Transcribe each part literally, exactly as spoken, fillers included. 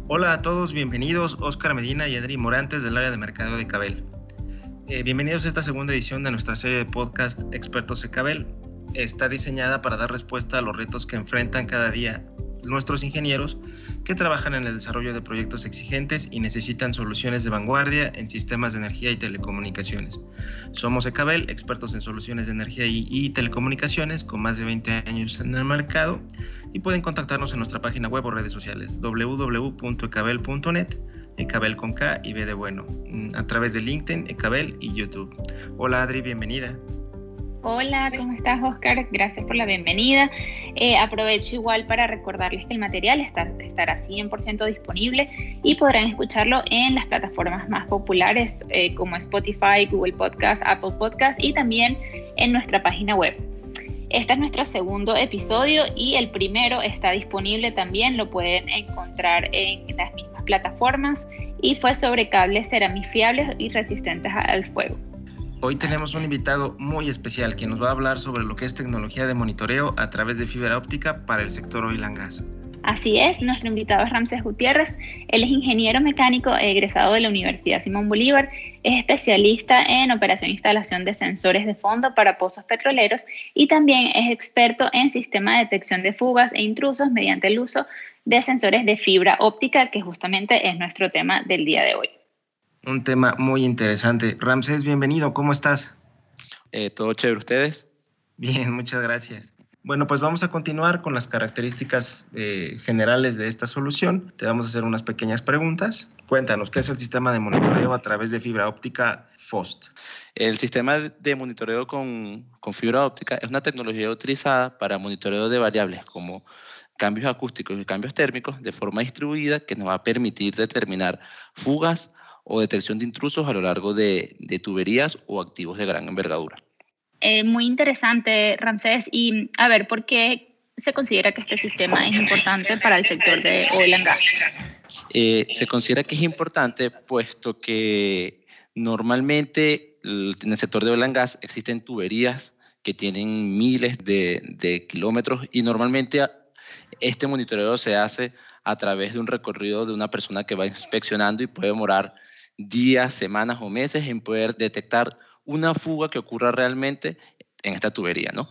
Hola a todos, bienvenidos. Óscar Medina y Adri Morantes del área de mercadeo de Ecabel. Eh, bienvenidos a esta segunda edición de nuestra serie de podcast Expertos Ecabel. Está diseñada para dar respuesta a los retos que enfrentan cada día nuestros ingenieros que trabajan en el desarrollo de proyectos exigentes y necesitan soluciones de vanguardia en sistemas de energía y telecomunicaciones. Somos Ecabel, expertos en soluciones de energía y, y telecomunicaciones con más de veinte años en el mercado, y pueden contactarnos en nuestra página web o redes sociales doble u doble u doble u punto ecabel punto net, Ecabel con K y B de bueno, a través de LinkedIn, Ecabel y YouTube. Hola Adri, bienvenida. Hola, ¿cómo estás, Óscar? Gracias por la bienvenida. Eh, aprovecho igual para recordarles que el material está, estará cien por ciento disponible y podrán escucharlo en las plataformas más populares eh, como Spotify, Google Podcast, Apple Podcast y también en nuestra página web. Este es nuestro segundo episodio y el primero está disponible también, lo pueden encontrar en las mismas plataformas y fue sobre cables ceramifiables y resistentes al fuego. Hoy tenemos un invitado muy especial que nos va a hablar sobre lo que es tecnología de monitoreo a través de fibra óptica para el sector oil and gas. Así es, nuestro invitado es Ramsés Gutiérrez. Él es ingeniero mecánico egresado de la Universidad Simón Bolívar, es especialista en operación e instalación de sensores de fondo para pozos petroleros y también es experto en sistema de detección de fugas e intrusos mediante el uso de sensores de fibra óptica, que justamente es nuestro tema del día de hoy. Un tema muy interesante. Ramsés, bienvenido, ¿cómo estás? Eh, ¿Todo chévere ustedes? Bien, muchas gracias. Bueno, pues vamos a continuar con las características eh, generales de esta solución. Te vamos a hacer unas pequeñas preguntas. Cuéntanos, ¿qué es el sistema de monitoreo a través de fibra óptica F O S T? El sistema de monitoreo con, con fibra óptica es una tecnología utilizada para monitoreo de variables como cambios acústicos y cambios térmicos de forma distribuida que nos va a permitir determinar fugas o detección de intrusos a lo largo de, de tuberías o activos de gran envergadura. Eh, muy interesante, Ramsés. Y a ver, ¿por qué se considera que este sistema es importante para el sector de oil and gas? Eh, se considera que es importante puesto que normalmente en el sector de oil and gas existen tuberías que tienen miles de, de kilómetros y normalmente este monitoreo se hace a través de un recorrido de una persona que va inspeccionando y puede demorar días, semanas o meses en poder detectar una fuga que ocurra realmente en esta tubería, ¿no?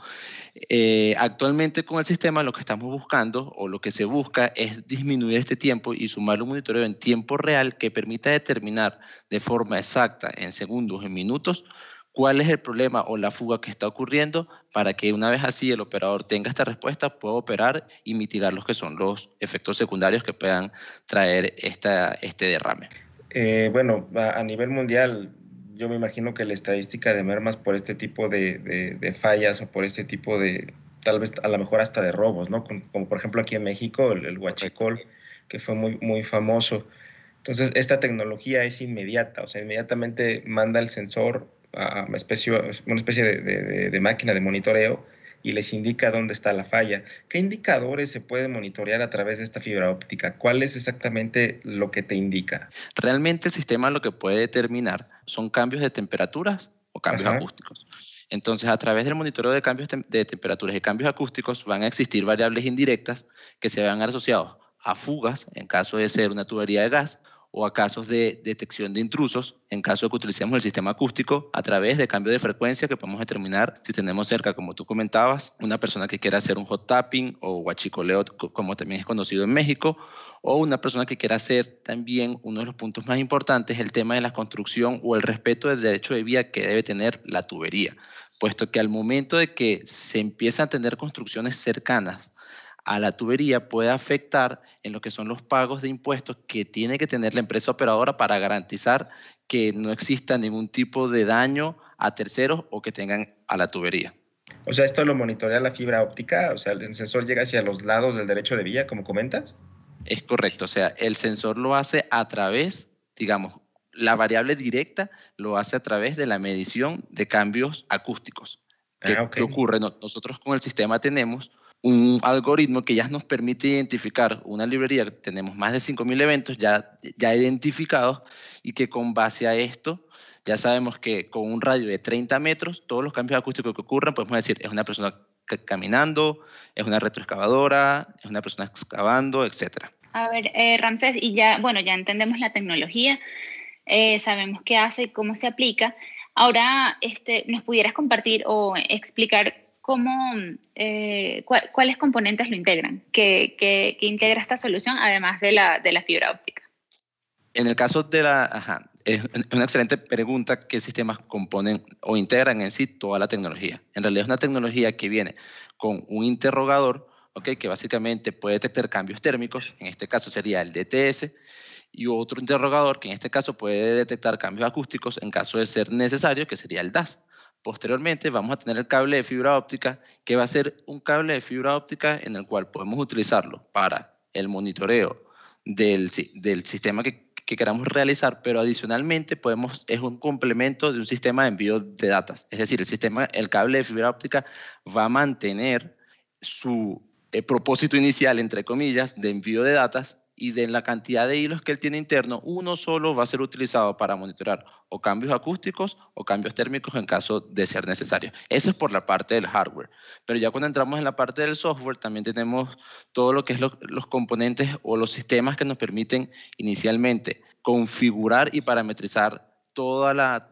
Eh, actualmente con el sistema lo que estamos buscando o lo que se busca es disminuir este tiempo y sumarle un monitoreo en tiempo real que permita determinar de forma exacta, en segundos, en minutos, cuál es el problema o la fuga que está ocurriendo para que una vez así el operador tenga esta respuesta, pueda operar y mitigar los que son los efectos secundarios que puedan traer esta, este derrame. Eh, bueno, a, a nivel mundial, yo me imagino que la estadística de mermas por este tipo de, de, de fallas o por este tipo de, tal vez a lo mejor hasta de robos, ¿no? Como, como por ejemplo aquí en México, el, el huachicol, que fue muy, muy famoso. Entonces, esta tecnología es inmediata, o sea, inmediatamente manda el sensor a una especie, una especie de, de, de máquina de monitoreo y les indica dónde está la falla. ¿Qué indicadores se pueden monitorear a través de esta fibra óptica? ¿Cuál es exactamente lo que te indica? Realmente el sistema lo que puede determinar son cambios de temperaturas o cambios Ajá. acústicos. Entonces, a través del monitoreo de cambios de temperaturas y cambios acústicos van a existir variables indirectas que se van a asociados a fugas, en caso de ser una tubería de gas, o a casos de detección de intrusos, en caso de que utilicemos el sistema acústico a través de cambio de frecuencia que podemos determinar si tenemos cerca, como tú comentabas, una persona que quiera hacer un hot tapping o huachicoleo, como también es conocido en México, o una persona que quiera hacer también uno de los puntos más importantes, el tema de la construcción o el respeto del derecho de vía que debe tener la tubería, puesto que al momento de que se empiezan a tener construcciones cercanas a la tubería puede afectar en lo que son los pagos de impuestos que tiene que tener la empresa operadora para garantizar que no exista ningún tipo de daño a terceros o que tengan a la tubería. O sea, ¿esto lo monitorea la fibra óptica? O sea, ¿el sensor llega hacia los lados del derecho de vía, como comentas? Es correcto, o sea, el sensor lo hace a través, digamos, la variable directa lo hace a través de la medición de cambios acústicos. ¿Qué, ah, okay. ¿Qué ocurre? Nosotros con el sistema tenemos un algoritmo que ya nos permite identificar una librería, tenemos más de cinco mil eventos ya, ya identificados y que con base a esto ya sabemos que con un radio de treinta metros, todos los cambios acústicos que ocurran, podemos decir, es una persona caminando, es una retroexcavadora, es una persona excavando, etcétera. A ver, eh, Ramsés, y ya, bueno, ya entendemos la tecnología, eh, sabemos qué hace y cómo se aplica. Ahora, este, ¿nos pudieras compartir o explicar cómo, eh, cuál, cuáles componentes lo integran? ¿Qué, qué, qué integra esta solución además de la, de la fibra óptica? En el caso de la, ajá, es una excelente pregunta, ¿qué sistemas componen o integran en sí toda la tecnología? En realidad es una tecnología que viene con un interrogador, ¿okay? Que básicamente puede detectar cambios térmicos, en este caso sería el D T S, y otro interrogador que en este caso puede detectar cambios acústicos en caso de ser necesario, que sería el D A S. Posteriormente vamos a tener el cable de fibra óptica, que va a ser un cable de fibra óptica en el cual podemos utilizarlo para el monitoreo del, del sistema que que queramos realizar, pero adicionalmente podemos, es un complemento de un sistema de envío de datos. Es decir, el sistema, el cable de fibra óptica va a mantener su eh, propósito inicial, entre comillas, de envío de datos, y de la cantidad de hilos que él tiene interno, uno solo va a ser utilizado para monitorar o cambios acústicos o cambios térmicos en caso de ser necesario. Eso es por la parte del hardware. Pero ya cuando entramos en la parte del software, también tenemos todo lo que es lo, los componentes o los sistemas que nos permiten inicialmente configurar y parametrizar todo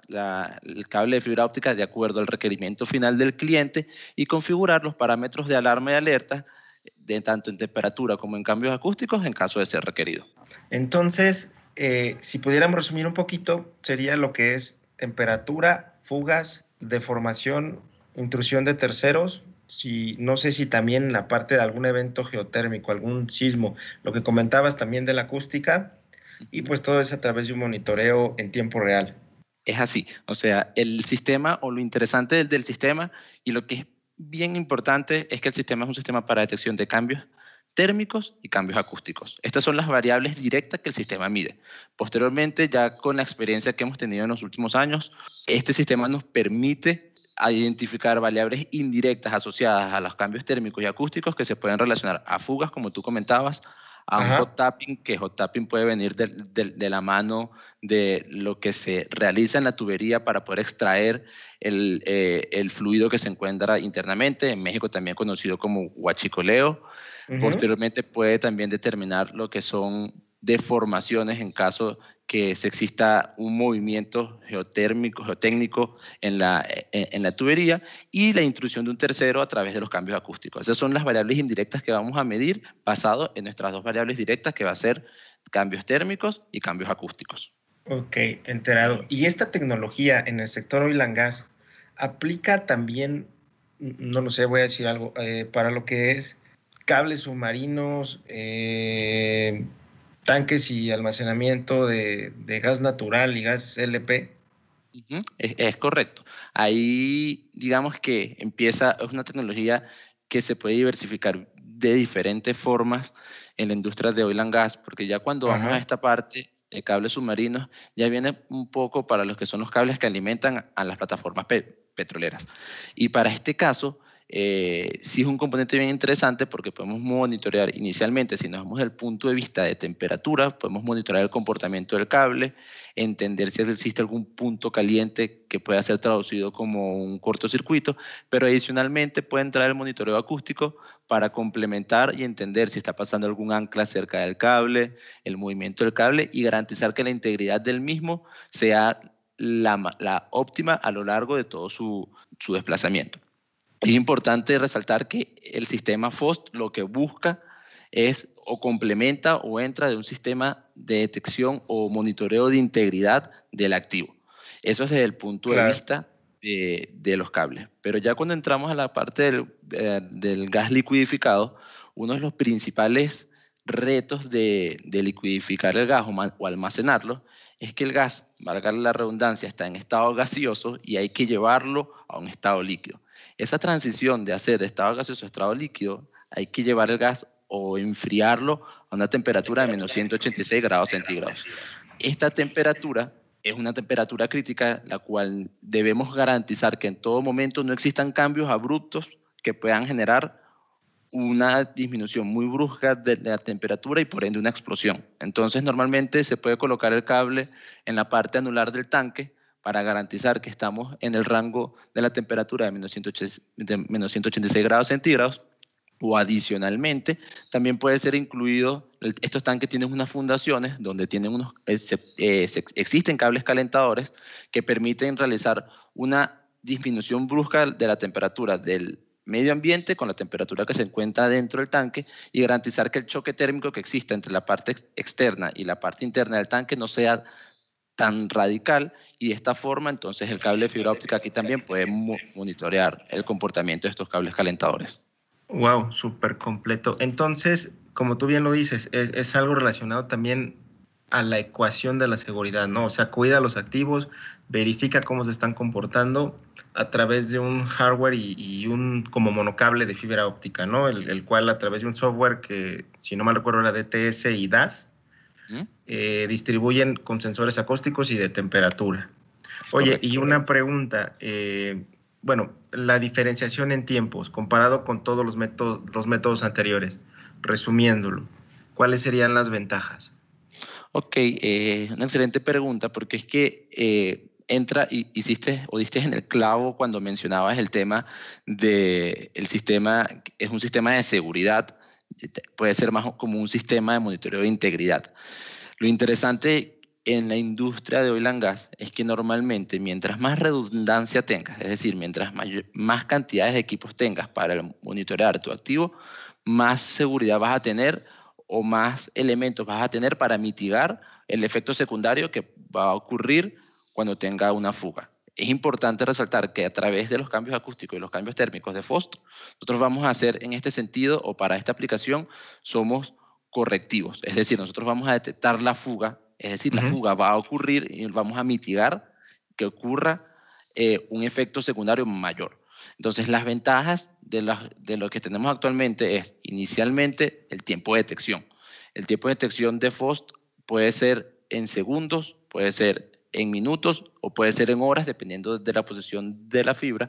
el cable de fibra óptica de acuerdo al requerimiento final del cliente y configurar los parámetros de alarma y alerta de tanto en temperatura como en cambios acústicos en caso de ser requerido. Entonces, eh, si pudiéramos resumir un poquito, sería lo que es temperatura, fugas, deformación, intrusión de terceros, si, no sé si también la parte de algún evento geotérmico, algún sismo, lo que comentabas también de la acústica, y pues todo es a través de un monitoreo en tiempo real. Es así, o sea, el sistema o lo interesante del, del sistema y lo que es bien importante es que el sistema es un sistema para detección de cambios térmicos y cambios acústicos. Estas son las variables directas que el sistema mide. Posteriormente, ya con la experiencia que hemos tenido en los últimos años, este sistema nos permite identificar variables indirectas asociadas a los cambios térmicos y acústicos que se pueden relacionar a fugas, como tú comentabas, a un Ajá. hot tapping, que hot tapping puede venir de, de, de la mano de lo que se realiza en la tubería para poder extraer el, eh, el fluido que se encuentra internamente, en México también conocido como huachicoleo. Uh-huh. Posteriormente puede también determinar lo que son deformaciones en caso que se exista un movimiento geotérmico, geotécnico en la, en, en la tubería, y la intrusión de un tercero a través de los cambios acústicos. Esas son las variables indirectas que vamos a medir basado en nuestras dos variables directas, que va a ser cambios térmicos y cambios acústicos. Ok, enterado. ¿Y esta tecnología en el sector oil and gas aplica también, no lo sé, voy a decir algo, eh, para lo que es cables submarinos, eh, tanques y almacenamiento de, de gas natural y gas L P? Uh-huh. es, es correcto. Ahí, digamos que empieza, es una tecnología que se puede diversificar de diferentes formas en la industria de oil and gas, porque ya cuando Ajá. vamos a esta parte de cables submarinos, ya viene un poco para los que son los cables que alimentan a las plataformas pe- petroleras. Y para este caso, Eh, sí es un componente bien interesante porque podemos monitorear inicialmente, si nos vamos desde el punto de vista de temperatura, podemos monitorear el comportamiento del cable, entender si existe algún punto caliente que pueda ser traducido como un cortocircuito, pero adicionalmente puede entrar el monitoreo acústico para complementar y entender si está pasando algún ancla cerca del cable, el movimiento del cable, y garantizar que la integridad del mismo sea la, la óptima a lo largo de todo su, su desplazamiento. Es importante resaltar que el sistema F O S T lo que busca es o complementa o entra de un sistema de detección o monitoreo de integridad del activo. Eso es desde el punto claro. de vista de, de los cables. Pero ya cuando entramos a la parte del, eh, del gas liquidificado, uno de los principales retos de, de liquidificar el gas o, man, o almacenarlo es que el gas, valga la redundancia, está en estado gaseoso y hay que llevarlo a un estado líquido. Esa transición de hacer de estado gaseoso a estado líquido, hay que llevar el gas o enfriarlo a una temperatura de menos ciento ochenta y seis grados centígrados. Esta temperatura es una temperatura crítica, la cual debemos garantizar que en todo momento no existan cambios abruptos que puedan generar una disminución muy brusca de la temperatura y por ende una explosión. Entonces normalmente se puede colocar el cable en la parte anular del tanque para garantizar que estamos en el rango de la temperatura de menos ciento ochenta y seis grados centígrados, O adicionalmente, también puede ser incluido, estos tanques tienen unas fundaciones donde tienen unos, eh, se, eh, se, existen cables calentadores que permiten realizar una disminución brusca de la temperatura del medio ambiente con la temperatura que se encuentra dentro del tanque y garantizar que el choque térmico que existe entre la parte externa y la parte interna del tanque no sea tan radical, y de esta forma entonces el cable de fibra óptica aquí también puede mo- monitorear el comportamiento de estos cables calentadores. Wow, súper completo. Entonces, como tú bien lo dices, es, es algo relacionado también a la ecuación de la seguridad, ¿no? O sea, cuida los activos, verifica cómo se están comportando a través de un hardware y, y un como monocable de fibra óptica, ¿no? El, el cual a través de un software que, si no mal recuerdo, era D T S y D A S, ¿Mm? eh, distribuyen con sensores acústicos y de temperatura. Oye, correcto. Y una pregunta, eh, bueno, la diferenciación en tiempos comparado con todos los métodos, los métodos anteriores, resumiéndolo, ¿cuáles serían las ventajas? Ok, eh, una excelente pregunta, porque es que eh, entra y hiciste o diste en el clavo cuando mencionabas el tema de el sistema, es un sistema de seguridad, puede ser más como un sistema de monitoreo de integridad. Lo interesante en la industria de oil and gas es que normalmente mientras más redundancia tengas, es decir, mientras mayor, más cantidades de equipos tengas para monitorear tu activo, más seguridad vas a tener o más elementos vas a tener para mitigar el efecto secundario que va a ocurrir cuando tenga una fuga. Es importante resaltar que a través de los cambios acústicos y los cambios térmicos de F O S T, nosotros vamos a hacer en este sentido o para esta aplicación somos correctivos. Es decir, nosotros vamos a detectar la fuga, es decir, uh-huh. la fuga va a ocurrir y vamos a mitigar que ocurra eh, un efecto secundario mayor. Entonces, las ventajas de, la, de lo que tenemos actualmente es, inicialmente, el tiempo de detección. El tiempo de detección de F O S T puede ser en segundos, puede ser en minutos o puede ser en horas, dependiendo de la posición de la fibra.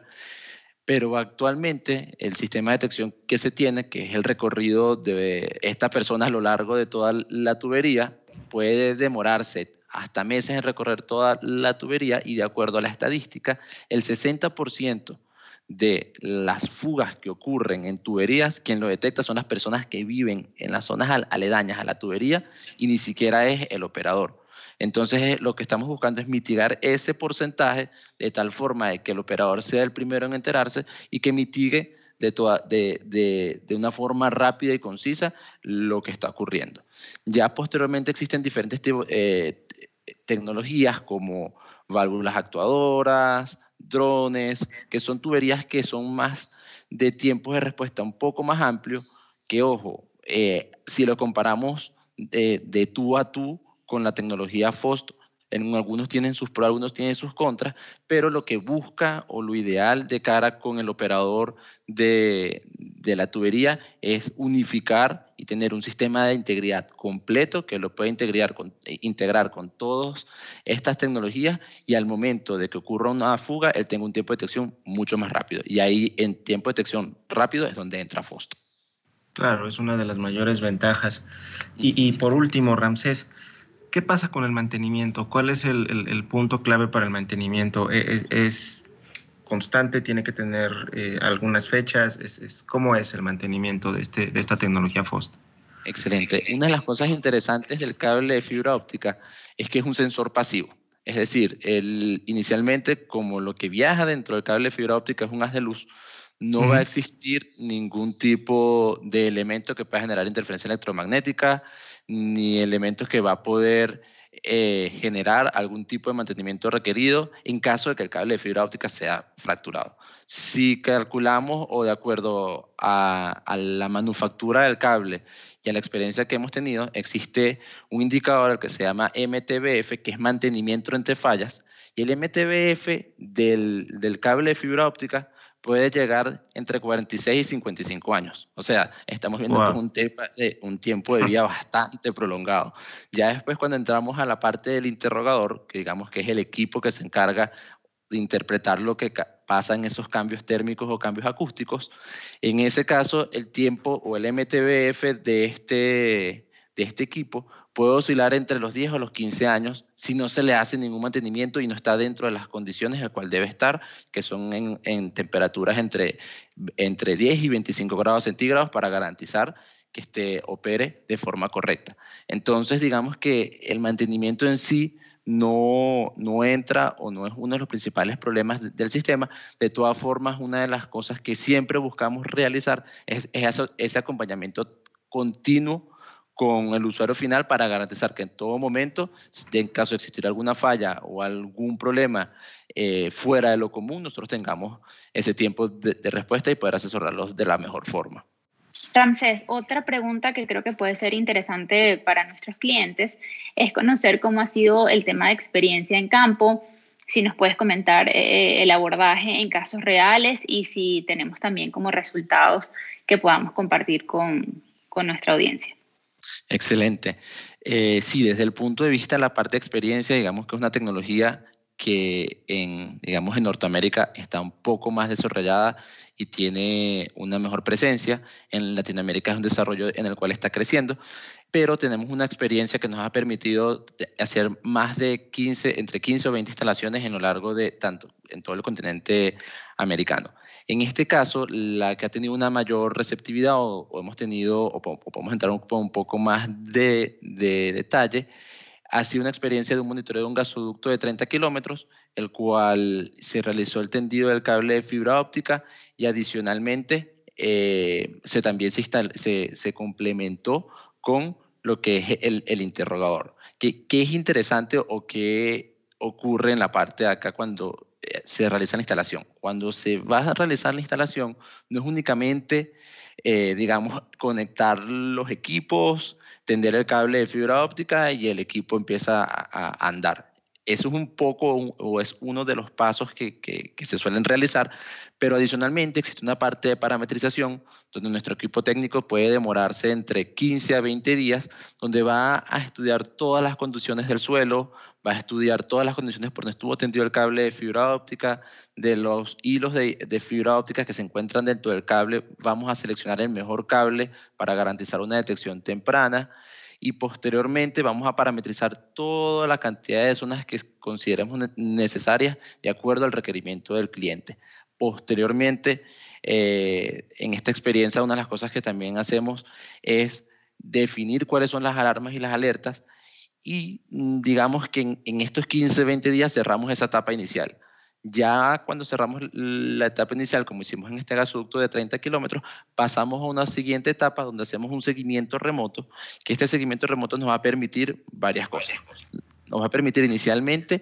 Pero actualmente el sistema de detección que se tiene, que es el recorrido de esta persona a lo largo de toda la tubería, puede demorarse hasta meses en recorrer toda la tubería y de acuerdo a la estadística, el sesenta por ciento de las fugas que ocurren en tuberías, quien lo detecta son las personas que viven en las zonas aledañas a la tubería y ni siquiera es el operador. Entonces, lo que estamos buscando es mitigar ese porcentaje de tal forma de que el operador sea el primero en enterarse y que mitigue de, toda, de, de, de una forma rápida y concisa lo que está ocurriendo. Ya posteriormente existen diferentes tipos, eh, tecnologías como válvulas actuadoras, drones, que son tuberías que son más de tiempos de respuesta un poco más amplio, que ojo, eh, si lo comparamos de, de tú a tú, con la tecnología F O S T, en algunos tienen sus pros, algunos tienen sus contras, pero lo que busca o lo ideal de cara con el operador de, de la tubería es unificar y tener un sistema de integridad completo que lo pueda integrar con, integrar con todas estas tecnologías y al momento de que ocurra una fuga, él tenga un tiempo de detección mucho más rápido. Y ahí en tiempo de detección rápido es donde entra F O S T. Claro, es una de las mayores ventajas. Y, y por último, Ramsés, ¿qué pasa con el mantenimiento? ¿Cuál es el, el, el punto clave para el mantenimiento? ¿Es, es constante? ¿Tiene que tener eh, algunas fechas? ¿Es, es, ¿Cómo es el mantenimiento de, este, de esta tecnología F O S T? Excelente. Una de las cosas interesantes del cable de fibra óptica es que es un sensor pasivo. Es decir, el, inicialmente, como lo que viaja dentro del cable de fibra óptica es un haz de luz, no uh-huh. va a existir ningún tipo de elemento que pueda generar interferencia electromagnética, ni elementos que va a poder eh, generar algún tipo de mantenimiento requerido en caso de que el cable de fibra óptica sea fracturado. Si calculamos o de acuerdo a, a la manufactura del cable y a la experiencia que hemos tenido, existe un indicador que se llama M T B F, que es mantenimiento entre fallas, y el M T B F del, del cable de fibra óptica puede llegar entre cuarenta y seis y cincuenta y cinco años. O sea, estamos viendo wow. que es un, tepa, eh, un tiempo de vida bastante prolongado. Ya después, cuando entramos a la parte del interrogador, que digamos que es el equipo que se encarga de interpretar lo que pasa en esos cambios térmicos o cambios acústicos, en ese caso, el tiempo o el M T B F de este, de este equipo puede oscilar entre los diez o los quince años si no se le hace ningún mantenimiento y no está dentro de las condiciones en las cuales debe estar, que son en, en temperaturas entre, entre diez y veinticinco grados centígrados para garantizar que este opere de forma correcta. Entonces, digamos que el mantenimiento en sí no, no entra o no es uno de los principales problemas de, del sistema. De todas formas, una de las cosas que siempre buscamos realizar es, es eso, ese acompañamiento continuo con el usuario final para garantizar que en todo momento, en caso de existir alguna falla o algún problema eh, fuera de lo común, nosotros tengamos ese tiempo de, de respuesta y poder asesorarlos de la mejor forma. Ramsés, otra pregunta que creo que puede ser interesante para nuestros clientes es conocer cómo ha sido el tema de experiencia en campo, si nos puedes comentar eh, el abordaje en casos reales y si tenemos también como resultados que podamos compartir con, con nuestra audiencia. Excelente. Eh, sí, desde el punto de vista de la parte de experiencia, digamos que es una tecnología que en, digamos, en Norteamérica está un poco más desarrollada y tiene una mejor presencia. En Latinoamérica es un desarrollo en el cual está creciendo, pero tenemos una experiencia que nos ha permitido hacer más de quince, entre quince o veinte instalaciones en lo largo de tanto, en todo el continente americano. En este caso, la que ha tenido una mayor receptividad o, o hemos tenido, o, o podemos entrar un, un poco más de, de detalle, ha sido una experiencia de un monitoreo de un gasoducto de treinta kilómetros, el cual se realizó el tendido del cable de fibra óptica y adicionalmente eh, se también se, instal, se, se complementó con lo que es el, el interrogador. ¿Qué, ¿Qué es interesante o qué ocurre en la parte de acá cuando se realiza la instalación? Cuando se va a realizar la instalación, no es únicamente, eh, digamos, conectar los equipos, tender el cable de fibra óptica y el equipo empieza a, a andar. Eso es un poco o es uno de los pasos que, que, que se suelen realizar, pero adicionalmente existe una parte de parametrización donde nuestro equipo técnico puede demorarse entre quince a veinte días, donde va a estudiar todas las condiciones del suelo, va a estudiar todas las condiciones por donde estuvo tendido el cable de fibra óptica, de los hilos de, de fibra óptica que se encuentran dentro del cable. Vamos a seleccionar el mejor cable para garantizar una detección temprana. Y posteriormente vamos a parametrizar toda la cantidad de zonas que consideremos necesarias de acuerdo al requerimiento del cliente. Posteriormente, eh, en esta experiencia, una de las cosas que también hacemos es definir cuáles son las alarmas y las alertas y digamos que en, en estos quince, veinte días cerramos esa etapa inicial. Ya cuando cerramos la etapa inicial, como hicimos en este gasoducto de treinta kilómetros, pasamos a una siguiente etapa donde hacemos un seguimiento remoto, que este seguimiento remoto nos va a permitir varias cosas. Nos va a permitir inicialmente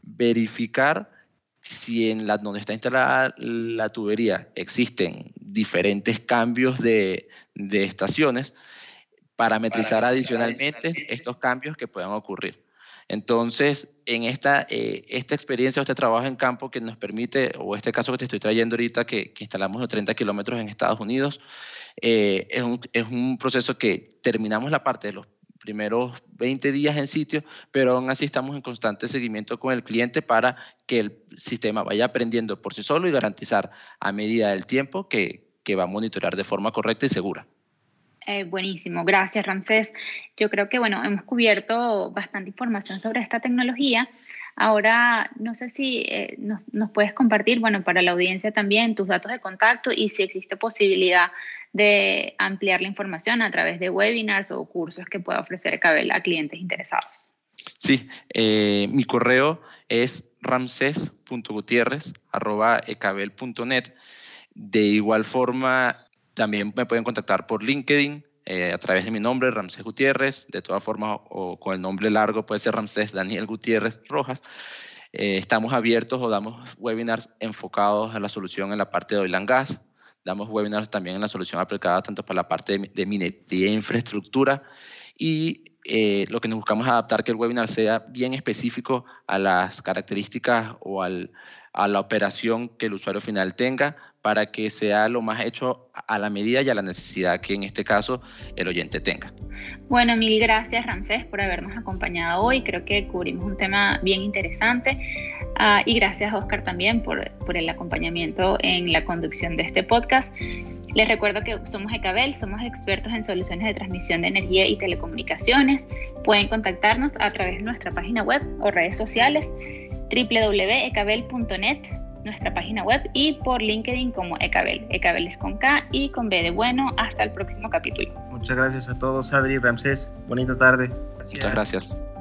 verificar si en la donde está instalada la tubería existen diferentes cambios de, de estaciones, parametrizar adicionalmente estos cambios que puedan ocurrir. Entonces, en esta, eh, esta experiencia o este trabajo en campo que nos permite, o este caso que te estoy trayendo ahorita, que, que instalamos de treinta kilómetros en Estados Unidos, eh, es, un, es un proceso que terminamos la parte de los primeros veinte días en sitio, pero aún así estamos en constante seguimiento con el cliente para que el sistema vaya aprendiendo por sí solo y garantizar a medida del tiempo que, que va a monitorear de forma correcta y segura. Eh, buenísimo, gracias Ramsés. Yo creo que bueno, hemos cubierto bastante información sobre esta tecnología. Ahora, no sé si eh, nos, nos puedes compartir, bueno, para la audiencia también, tus datos de contacto y si existe posibilidad de ampliar la información a través de webinars o cursos que pueda ofrecer Ecabel a clientes interesados. Sí, eh, mi correo es ramses punto gutierrez arroba ecabel punto net. De igual forma, también me pueden contactar por LinkedIn eh, a través de mi nombre, Ramsés Gutiérrez. De todas formas, o, o con el nombre largo puede ser Ramsés Daniel Gutiérrez Rojas. Eh, estamos abiertos o damos webinars enfocados a la solución en la parte de oil and gas. Damos webinars también en la solución aplicada tanto para la parte de, de minería e infraestructura. Y eh, lo que nos buscamos es adaptar que el webinar sea bien específico a las características o al, a la operación que el usuario final tenga, para que sea lo más hecho a la medida y a la necesidad que en este caso el oyente tenga. Bueno, mil gracias Ramsés por habernos acompañado hoy. Creo que cubrimos un tema bien interesante. Uh, y gracias Oscar también por, por el acompañamiento en la conducción de este podcast. Les recuerdo que somos Ecabel, somos expertos en soluciones de transmisión de energía y telecomunicaciones. Pueden contactarnos a través de nuestra página web o redes sociales, doble u doble u doble u punto ecabel punto net, nuestra página web, y por LinkedIn como Ecabel. Ecabel es con K y con B de bueno. Hasta el próximo capítulo. Muchas gracias a todos, Adri, Ramsés. Bonita tarde. Gracias. Muchas gracias.